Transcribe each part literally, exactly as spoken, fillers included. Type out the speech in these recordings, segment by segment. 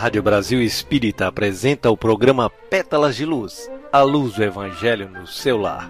Rádio Brasil Espírita apresenta o programa Pétalas de Luz, a luz do Evangelho no seu lar.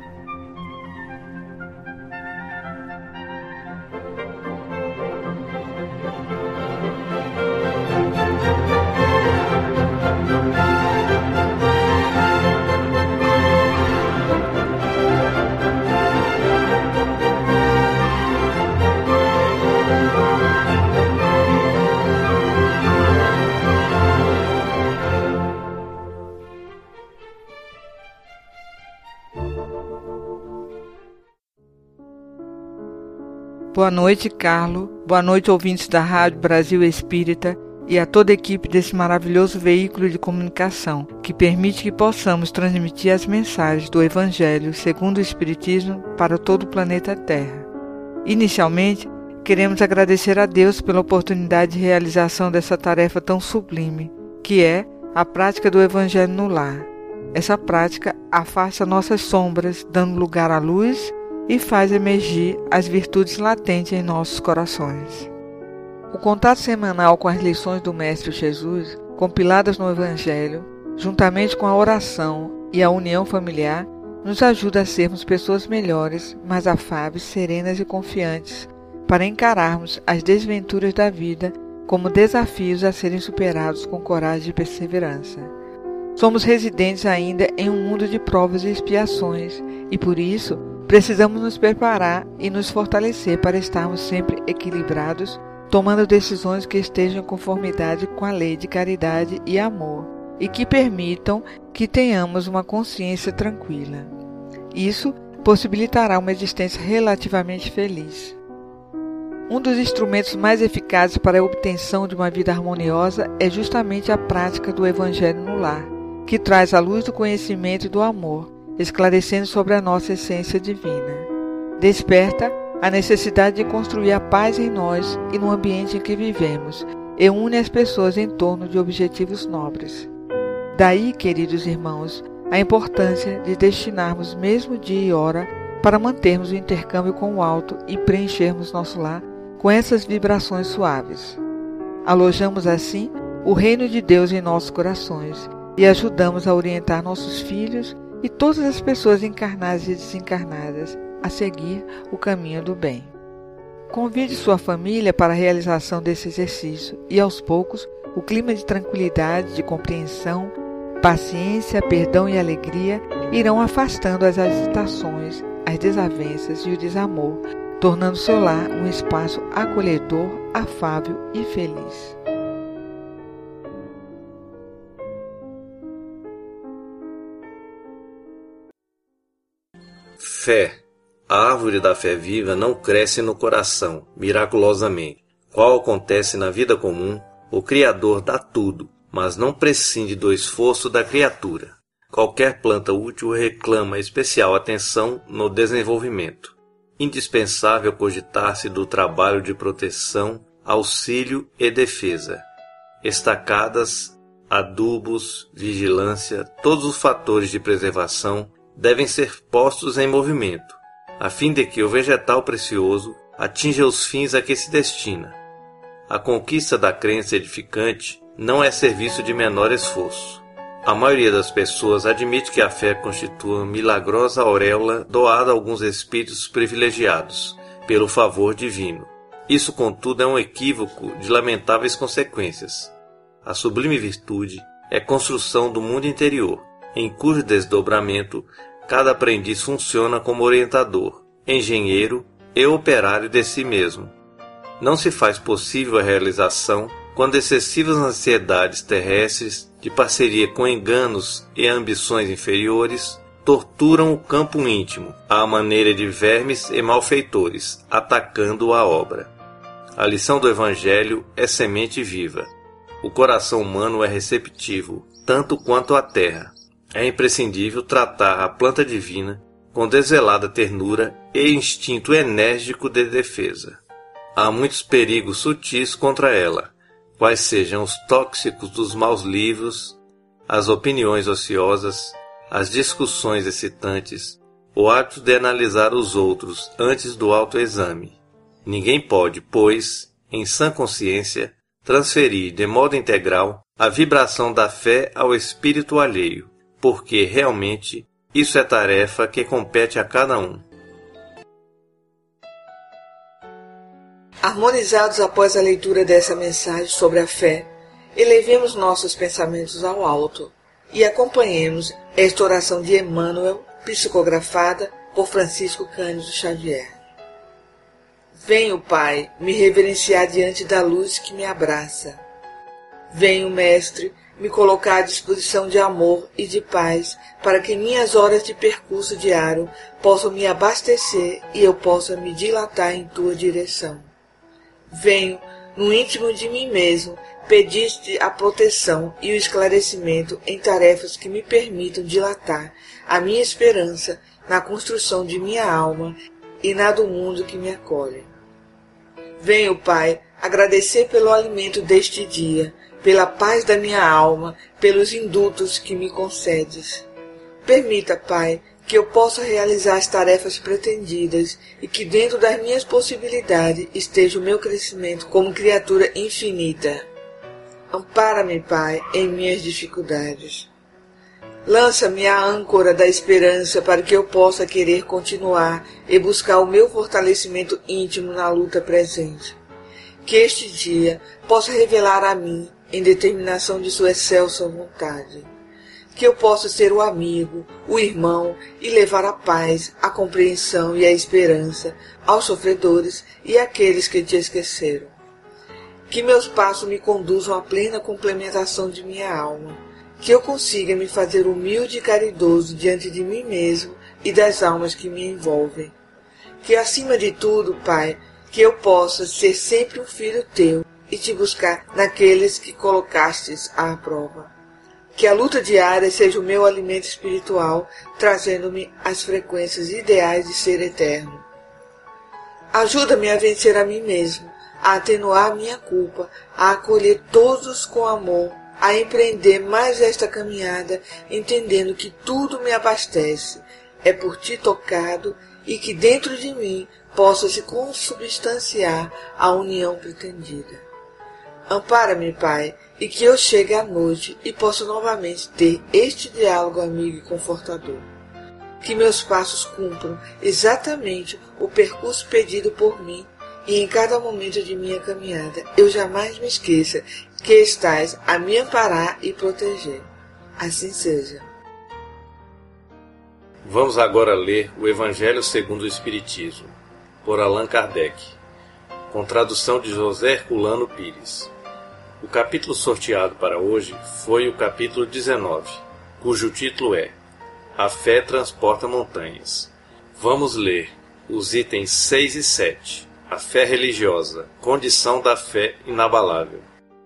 Boa noite, Carlos. Boa noite, ouvintes da Rádio Brasil Espírita e a toda a equipe desse maravilhoso veículo de comunicação que permite que possamos transmitir as mensagens do Evangelho segundo o Espiritismo para todo o planeta Terra. Inicialmente, queremos agradecer a Deus pela oportunidade de realização dessa tarefa tão sublime, que é a prática do Evangelho no lar. Essa prática afasta nossas sombras, dando lugar à luz e faz emergir as virtudes latentes em nossos corações. O contato semanal com as lições do Mestre Jesus, compiladas no Evangelho, juntamente com a oração e a união familiar, nos ajuda a sermos pessoas melhores, mais afáveis, serenas e confiantes, para encararmos as desventuras da vida como desafios a serem superados com coragem e perseverança. Somos residentes ainda em um mundo de provas e expiações, e por isso precisamos nos preparar e nos fortalecer para estarmos sempre equilibrados, tomando decisões que estejam em conformidade com a lei de caridade e amor e que permitam que tenhamos uma consciência tranquila. Isso possibilitará uma existência relativamente feliz. Um dos instrumentos mais eficazes para a obtenção de uma vida harmoniosa é justamente a prática do Evangelho no lar, que traz a luz do conhecimento e do amor, esclarecendo sobre a nossa essência divina. Desperta a necessidade de construir a paz em nós e no ambiente em que vivemos e une as pessoas em torno de objetivos nobres. Daí, queridos irmãos, a importância de destinarmos mesmo dia e hora para mantermos o intercâmbio com o alto e preenchermos nosso lar com essas vibrações suaves. Alojamos assim o reino de Deus em nossos corações e ajudamos a orientar nossos filhos e todas as pessoas encarnadas e desencarnadas a seguir o caminho do bem. Convide sua família para a realização desse exercício e, aos poucos, o clima de tranquilidade, de compreensão, paciência, perdão e alegria irão afastando as agitações, as desavenças e o desamor, tornando seu lar um espaço acolhedor, afável e feliz. Fé. A árvore da fé viva não cresce no coração, miraculosamente. Qual acontece na vida comum, o Criador dá tudo, mas não prescinde do esforço da criatura. Qualquer planta útil reclama especial atenção no desenvolvimento. Indispensável cogitar-se do trabalho de proteção, auxílio e defesa. Estacadas, adubos, vigilância, todos os fatores de preservação devem ser postos em movimento, a fim de que o vegetal precioso atinja os fins a que se destina. A conquista da crença edificante não é serviço de menor esforço. A maioria das pessoas admite que a fé constitua uma milagrosa auréola doada a alguns espíritos privilegiados, pelo favor divino. Isso, contudo, é um equívoco de lamentáveis consequências. A sublime virtude é construção do mundo interior, em cujo desdobramento cada aprendiz funciona como orientador, engenheiro e operário de si mesmo. Não se faz possível a realização quando excessivas ansiedades terrestres, de parceria com enganos e ambições inferiores, torturam o campo íntimo, à maneira de vermes e malfeitores, atacando a obra. A lição do Evangelho é semente viva. O coração humano é receptivo, tanto quanto a terra. É imprescindível tratar a planta divina com desvelada ternura e instinto enérgico de defesa. Há muitos perigos sutis contra ela, quais sejam os tóxicos dos maus livros, as opiniões ociosas, as discussões excitantes, o hábito de analisar os outros antes do autoexame. Ninguém pode, pois, em sã consciência, transferir de modo integral a vibração da fé ao espírito alheio, porque realmente isso é tarefa que compete a cada um. Harmonizados após a leitura dessa mensagem sobre a fé, elevemos nossos pensamentos ao alto e acompanhemos esta oração de Emmanuel, psicografada por Francisco Cândido Xavier. Venho, Pai, me reverenciar diante da luz que me abraça. Venho, Mestre, me colocar à disposição de amor e de paz para que minhas horas de percurso diário possam me abastecer e eu possa me dilatar em Tua direção. Venho, no íntimo de mim mesmo, pedir-te a proteção e o esclarecimento em tarefas que me permitam dilatar a minha esperança na construção de minha alma e na do mundo que me acolhe. Venho, Pai, agradecer pelo alimento deste dia, pela paz da minha alma, pelos indultos que me concedes. Permita, Pai, que eu possa realizar as tarefas pretendidas e que dentro das minhas possibilidades esteja o meu crescimento como criatura infinita. Ampara-me, Pai, em minhas dificuldades. Lança-me a âncora da esperança para que eu possa querer continuar e buscar o meu fortalecimento íntimo na luta presente. Que este dia possa revelar a mim, em determinação de sua excelsa vontade, que eu possa ser o amigo, o irmão e levar a paz, a compreensão e a esperança aos sofredores e àqueles que te esqueceram. Que meus passos me conduzam à plena complementação de minha alma, que eu consiga me fazer humilde e caridoso diante de mim mesmo e das almas que me envolvem. Que acima de tudo, Pai, que eu possa ser sempre um filho teu e te buscar naqueles que colocastes à prova. Que a luta diária seja o meu alimento espiritual, trazendo-me as frequências ideais de ser eterno. Ajuda-me a vencer a mim mesmo, a atenuar minha culpa, a acolher todos com amor, a empreender mais esta caminhada, entendendo que tudo me abastece, é por ti tocado e que dentro de mim possa se consubstanciar a união pretendida. Ampara-me, Pai, e que eu chegue à noite e possa novamente ter este diálogo amigo e confortador. Que meus passos cumpram exatamente o percurso pedido por mim e em cada momento de minha caminhada eu jamais me esqueça que estás a me amparar e proteger. Assim seja. Vamos agora ler o Evangelho segundo o Espiritismo, por Allan Kardec, com tradução de José Herculano Pires. O capítulo sorteado para hoje foi o capítulo dezenove, cujo título é A Fé Transporta Montanhas. Vamos ler os itens seis e sete. A fé religiosa, condição da fé inabalável.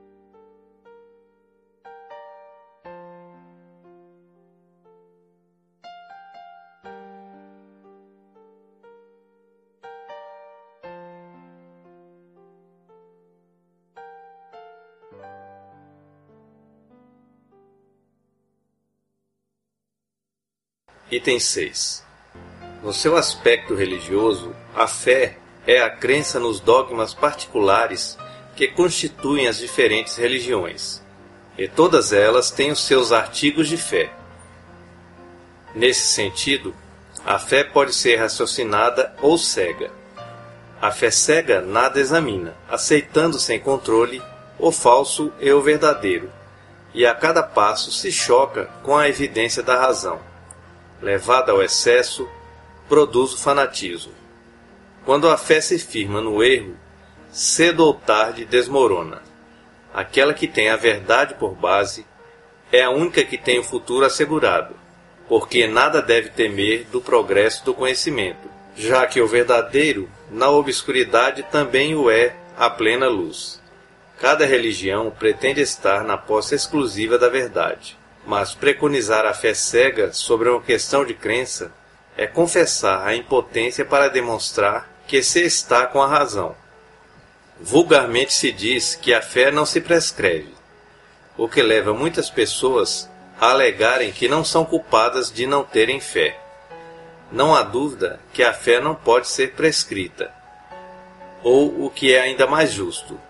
Item seis. No seu aspecto religioso, a fé é a crença nos dogmas particulares que constituem as diferentes religiões, e todas elas têm os seus artigos de fé. Nesse sentido, a fé pode ser raciocinada ou cega. A fé cega nada examina, aceitando sem controle o falso e o verdadeiro, e a cada passo se choca com a evidência da razão. Levada ao excesso, produz o fanatismo. Quando a fé se firma no erro, cedo ou tarde desmorona. Aquela que tem a verdade por base é a única que tem o futuro assegurado, porque nada deve temer do progresso do conhecimento, já que o verdadeiro, na obscuridade, também o é à plena luz. Cada religião pretende estar na posse exclusiva da verdade, mas preconizar a fé cega sobre uma questão de crença é confessar a impotência para demonstrar que se está com a razão. Vulgarmente se diz que a fé não se prescreve, o que leva muitas pessoas a alegarem que não são culpadas de não terem fé. Não há dúvida que a fé não pode ser prescrita, ou, o que é ainda mais justo,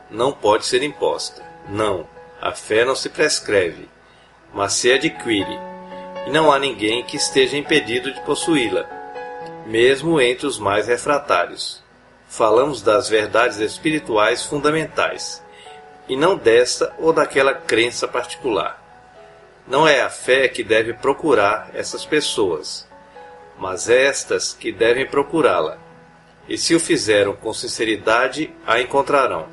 não pode ser imposta. Não, a fé não se prescreve, mas se adquire, e não há ninguém que esteja impedido de possuí-la, mesmo entre os mais refratários. Falamos das verdades espirituais fundamentais, e não desta ou daquela crença particular. Não é a fé que deve procurar essas pessoas, mas estas que devem procurá-la, e se o fizeram com sinceridade, a encontrarão.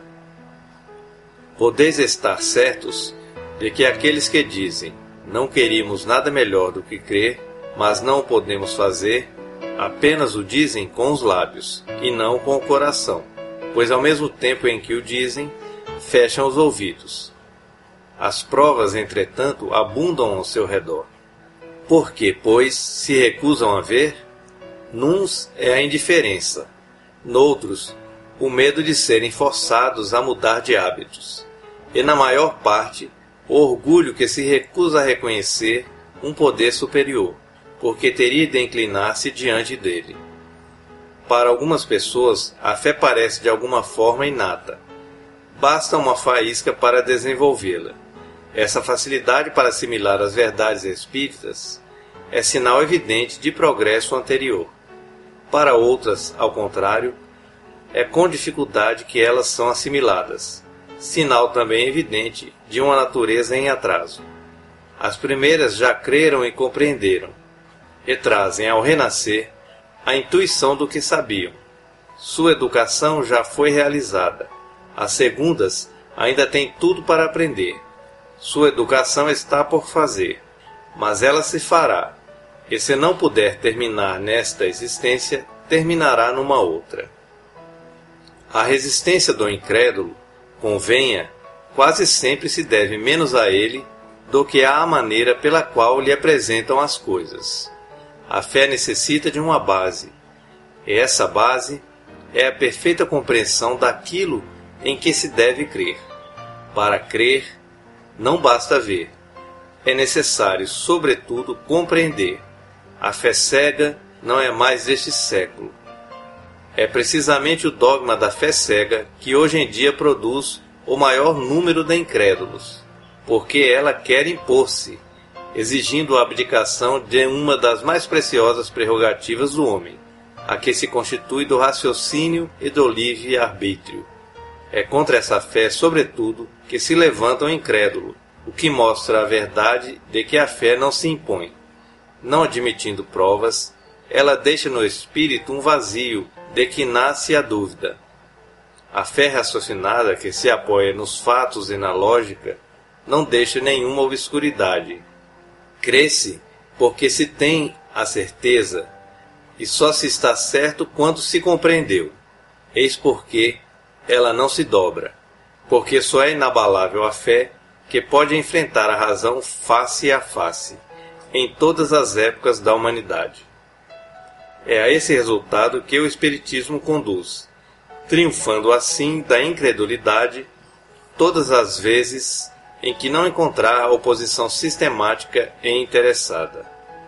Podeis estar certos de que aqueles que dizem, não queríamos nada melhor do que crer, mas não o podemos fazer, apenas o dizem com os lábios, e não com o coração, pois ao mesmo tempo em que o dizem, fecham os ouvidos. As provas, entretanto, abundam ao seu redor. Porque, pois, se recusam a ver? Nuns é a indiferença, noutros, o medo de serem forçados a mudar de hábitos, e na maior parte, o orgulho que se recusa a reconhecer um poder superior, porque teria de inclinar-se diante dele. Para algumas pessoas, a fé parece de alguma forma inata. Basta uma faísca para desenvolvê-la. Essa facilidade para assimilar as verdades espíritas é sinal evidente de progresso anterior. Para outras, ao contrário, é com dificuldade que elas são assimiladas, sinal também evidente de uma natureza em atraso. As primeiras já creram e compreenderam, e trazem ao renascer a intuição do que sabiam. Sua educação já foi realizada. As segundas ainda têm tudo para aprender. Sua educação está por fazer, mas ela se fará, e se não puder terminar nesta existência, terminará numa outra. A resistência do incrédulo, convenha, quase sempre se deve menos a ele do que à maneira pela qual lhe apresentam as coisas. A fé necessita de uma base, e essa base é a perfeita compreensão daquilo em que se deve crer. Para crer, não basta ver, é necessário, sobretudo, compreender. A fé cega não é mais deste século. É precisamente o dogma da fé cega que hoje em dia produz o maior número de incrédulos, porque ela quer impor-se, exigindo a abdicação de uma das mais preciosas prerrogativas do homem, a que se constitui do raciocínio e do livre-arbítrio. É contra essa fé, sobretudo, que se levanta o incrédulo, o que mostra a verdade de que a fé não se impõe. Não admitindo provas, ela deixa no espírito um vazio de que nasce a dúvida. A fé raciocinada que se apoia nos fatos e na lógica não deixa nenhuma obscuridade. Crê-se porque se tem a certeza, e só se está certo quando se compreendeu. Eis porque ela não se dobra, porque só é inabalável a fé que pode enfrentar a razão face a face, em todas as épocas da humanidade. É a esse resultado que o Espiritismo conduz, triunfando assim da incredulidade todas as vezes em que não encontrar oposição sistemática e interessada.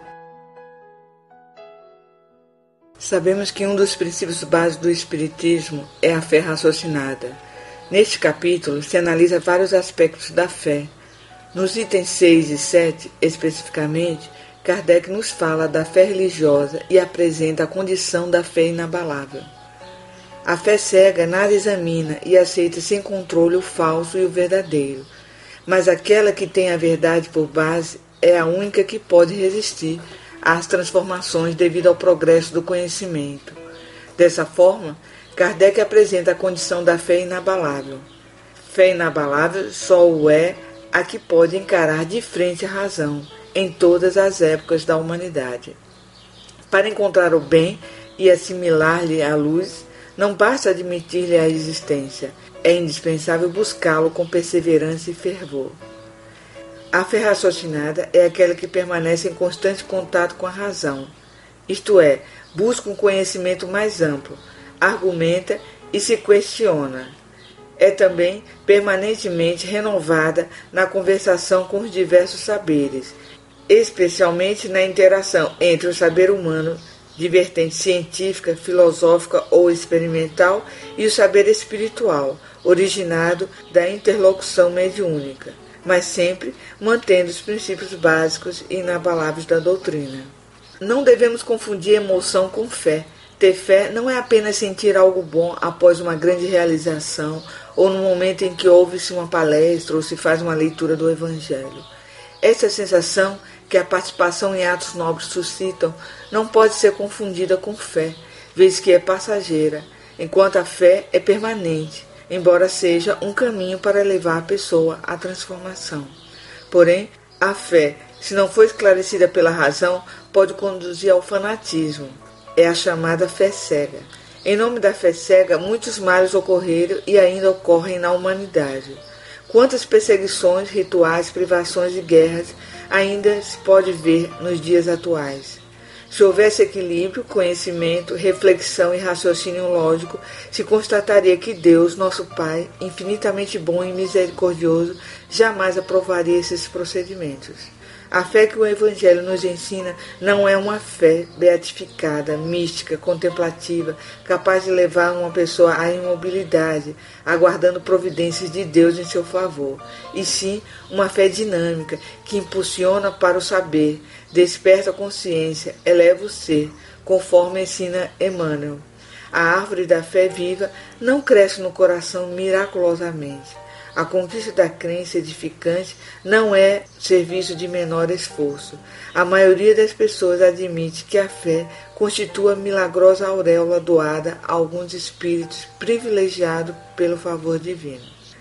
Sabemos que um dos princípios básicos do Espiritismo é a fé raciocinada. Neste capítulo se analisa vários aspectos da fé. Nos itens seis e sete, especificamente, Kardec nos fala da fé religiosa e apresenta a condição da fé inabalável. A fé cega nada examina e aceita sem controle o falso e o verdadeiro, mas aquela que tem a verdade por base é a única que pode resistir às transformações devido ao progresso do conhecimento. Dessa forma, Kardec apresenta a condição da fé inabalável. Fé inabalável só o é a que pode encarar de frente a razão em todas as épocas da humanidade. Para encontrar o bem e assimilar-lhe a luz, não basta admitir-lhe a existência, é indispensável buscá-lo com perseverança e fervor. A fé raciocinada é aquela que permanece em constante contato com a razão, isto é, busca um conhecimento mais amplo, argumenta e se questiona. É também permanentemente renovada na conversação com os diversos saberes, especialmente na interação entre o saber humano de vertente científica, filosófica ou experimental, e o saber espiritual, originado da interlocução mediúnica, mas sempre mantendo os princípios básicos e inabaláveis da doutrina. Não devemos confundir emoção com fé. Ter fé não é apenas sentir algo bom após uma grande realização ou no momento em que ouve-se uma palestra ou se faz uma leitura do Evangelho. Essa sensação que a participação em atos nobres suscitam não pode ser confundida com fé, vez que é passageira, enquanto a fé é permanente, embora seja um caminho para levar a pessoa à transformação. Porém, a fé, se não for esclarecida pela razão, pode conduzir ao fanatismo. É a chamada fé cega. Em nome da fé cega, muitos males ocorreram e ainda ocorrem na humanidade. Quantas perseguições, rituais, privações e guerras ainda se pode ver nos dias atuais? Se houvesse equilíbrio, conhecimento, reflexão e raciocínio lógico, se constataria que Deus, nosso Pai, infinitamente bom e misericordioso, jamais aprovaria esses procedimentos. A fé que o Evangelho nos ensina não é uma fé beatificada, mística, contemplativa, capaz de levar uma pessoa à imobilidade, aguardando providências de Deus em seu favor, e sim uma fé dinâmica que impulsiona para o saber, desperta a consciência, eleva o ser, conforme ensina Emmanuel. A árvore da fé viva não cresce no coração miraculosamente. A conquista da crença edificante não é serviço de menor esforço. A maioria das pessoas admite que a fé constitua a milagrosa auréola doada a alguns espíritos privilegiados pelo favor divino.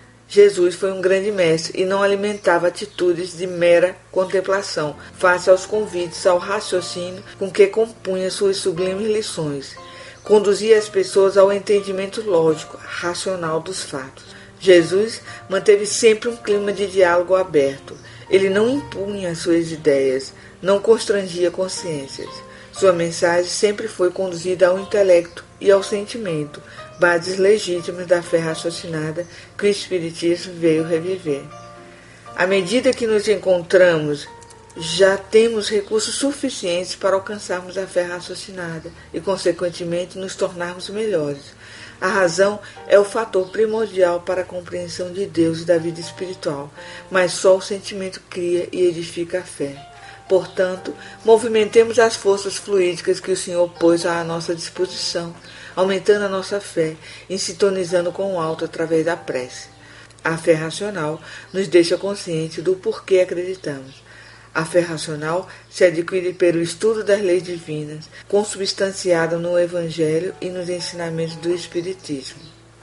Jesus foi um grande mestre e não alimentava atitudes de mera contemplação, face aos convites ao raciocínio com que compunha suas sublimes lições. Conduzia as pessoas ao entendimento lógico, racional dos fatos. Jesus manteve sempre um clima de diálogo aberto. Ele não impunha suas ideias, não constrangia consciências. Sua mensagem sempre foi conduzida ao intelecto e ao sentimento, bases legítimas da fé raciocinada que o Espiritismo veio reviver. À medida que nos encontramos, já temos recursos suficientes para alcançarmos a fé raciocinada e, consequentemente, nos tornarmos melhores. A razão é o fator primordial para a compreensão de Deus e da vida espiritual, mas só o sentimento cria e edifica a fé. Portanto, movimentemos as forças fluídicas que o Senhor pôs à nossa disposição, aumentando a nossa fé e sintonizando com o alto através da prece. A fé racional nos deixa conscientes do porquê acreditamos. A fé racional se adquire pelo estudo das leis divinas, consubstanciada no Evangelho e nos ensinamentos do Espiritismo.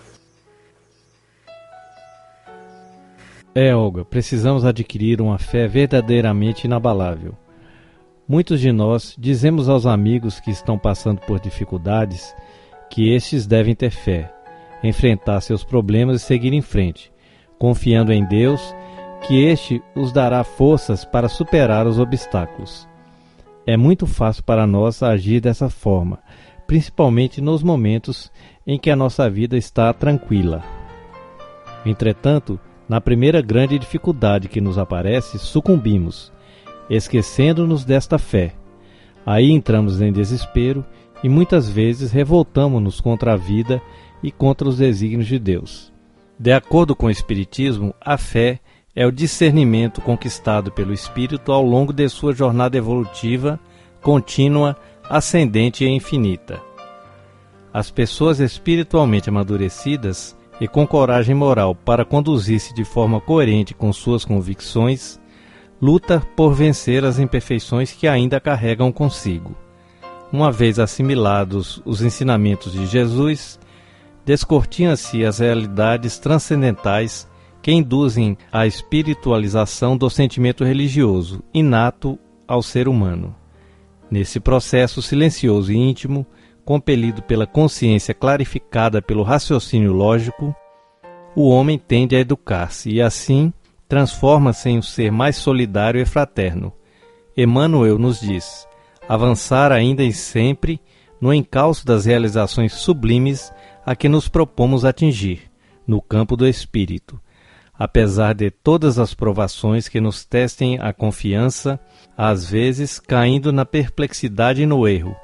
É, Olga, precisamos adquirir uma fé verdadeiramente inabalável. Muitos de nós dizemos aos amigos que estão passando por dificuldades que estes devem ter fé, enfrentar seus problemas e seguir em frente, confiando em Deus, que este os dará forças para superar os obstáculos. É muito fácil para nós agir dessa forma, principalmente nos momentos em que a nossa vida está tranquila. Entretanto, na primeira grande dificuldade que nos aparece, sucumbimos, esquecendo-nos desta fé. Aí entramos em desespero e muitas vezes revoltamo-nos contra a vida e contra os desígnios de Deus. De acordo com o Espiritismo, a fé é o discernimento conquistado pelo espírito ao longo de sua jornada evolutiva, contínua, ascendente e infinita. As pessoas espiritualmente amadurecidas e com coragem moral para conduzir-se de forma coerente com suas convicções, lutam por vencer as imperfeições que ainda carregam consigo. Uma vez assimilados os ensinamentos de Jesus, descortinam-se as realidades transcendentais que induzem a espiritualização do sentimento religioso, inato ao ser humano. Nesse processo silencioso e íntimo, compelido pela consciência clarificada pelo raciocínio lógico, o homem tende a educar-se e, assim, transforma-se em um ser mais solidário e fraterno. Emmanuel nos diz: avançar ainda e sempre no encalço das realizações sublimes a que nos propomos atingir, no campo do espírito, apesar de todas as provações que nos testem a confiança, às vezes caindo na perplexidade e no erro,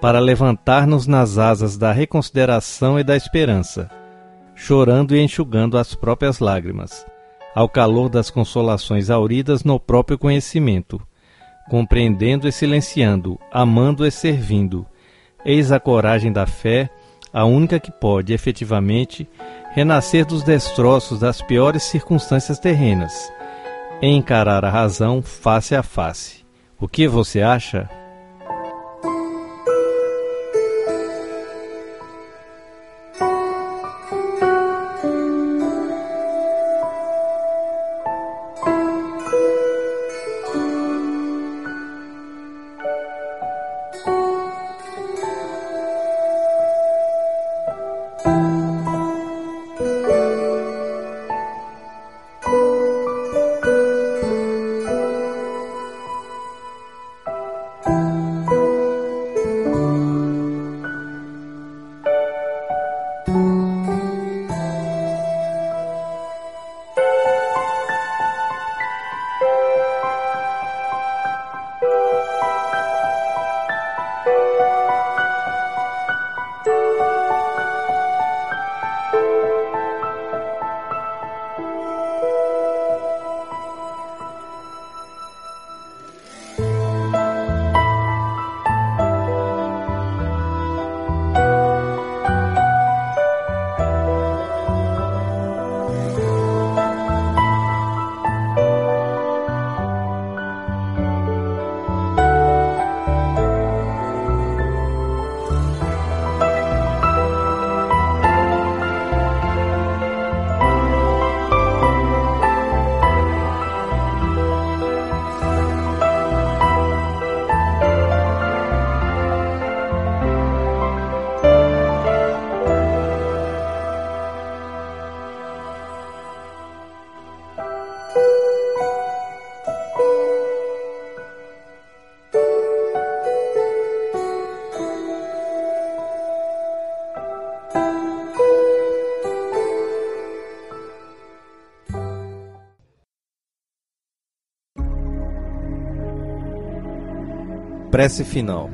para levantar-nos nas asas da reconsideração e da esperança, chorando e enxugando as próprias lágrimas, ao calor das consolações hauridas no próprio conhecimento, compreendendo e silenciando, amando e servindo. Eis a coragem da fé, a única que pode, efetivamente, renascer dos destroços das piores circunstâncias terrenas, e encarar a razão face a face. O que você acha? Prece final.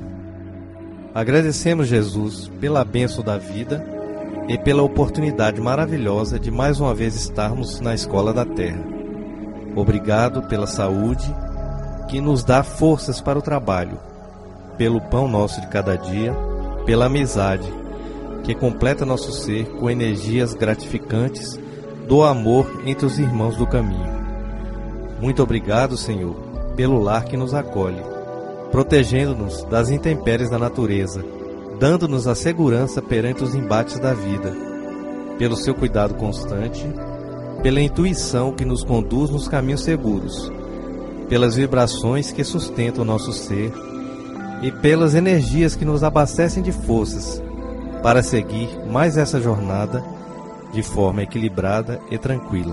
Agradecemos, Jesus, pela bênção da vida e pela oportunidade maravilhosa de mais uma vez estarmos na Escola da Terra. Obrigado pela saúde, que nos dá forças para o trabalho, pelo pão nosso de cada dia, pela amizade, que completa nosso ser com energias gratificantes do amor entre os irmãos do caminho. Muito obrigado, Senhor, pelo lar que nos acolhe, protegendo-nos das intempéries da natureza, dando-nos a segurança perante os embates da vida, pelo seu cuidado constante, pela intuição que nos conduz nos caminhos seguros, pelas vibrações que sustentam o nosso ser e pelas energias que nos abastecem de forças para seguir mais essa jornada de forma equilibrada e tranquila.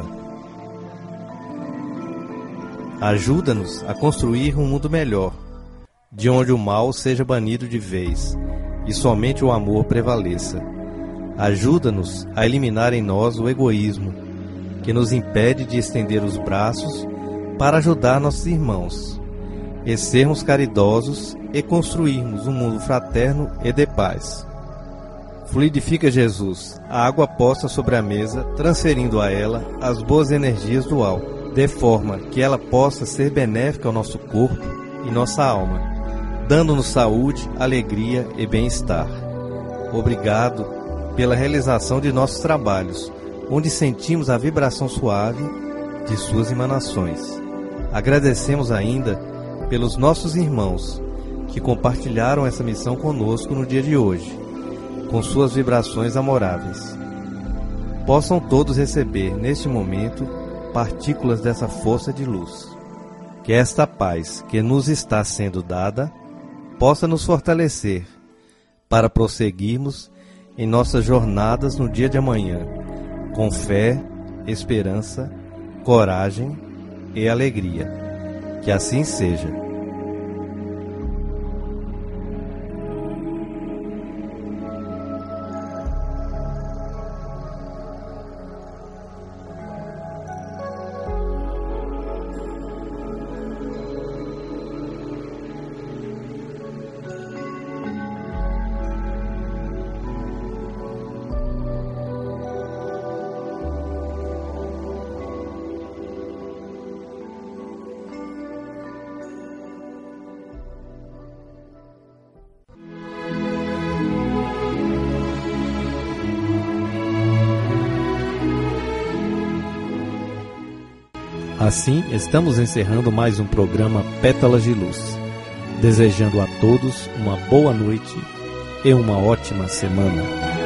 Ajuda-nos a construir um mundo melhor, de onde o mal seja banido de vez e somente o amor prevaleça. Ajuda-nos a eliminar em nós o egoísmo, que nos impede de estender os braços para ajudar nossos irmãos, e sermos caridosos e construirmos um mundo fraterno e de paz. Fluidifica, Jesus, a água posta sobre a mesa, transferindo a ela as boas energias do alto, de forma que ela possa ser benéfica ao nosso corpo e nossa alma, dando-nos saúde, alegria e bem-estar. Obrigado pela realização de nossos trabalhos, onde sentimos a vibração suave de suas emanações. Agradecemos ainda pelos nossos irmãos que compartilharam essa missão conosco no dia de hoje, com suas vibrações amoráveis. Possam todos receber, neste momento, partículas dessa força de luz. Que esta paz que nos está sendo dada possa nos fortalecer para prosseguirmos em nossas jornadas no dia de amanhã, com fé, esperança, coragem e alegria. Que assim seja. Assim, estamos encerrando mais um programa Pétalas de Luz, desejando a todos uma boa noite e uma ótima semana.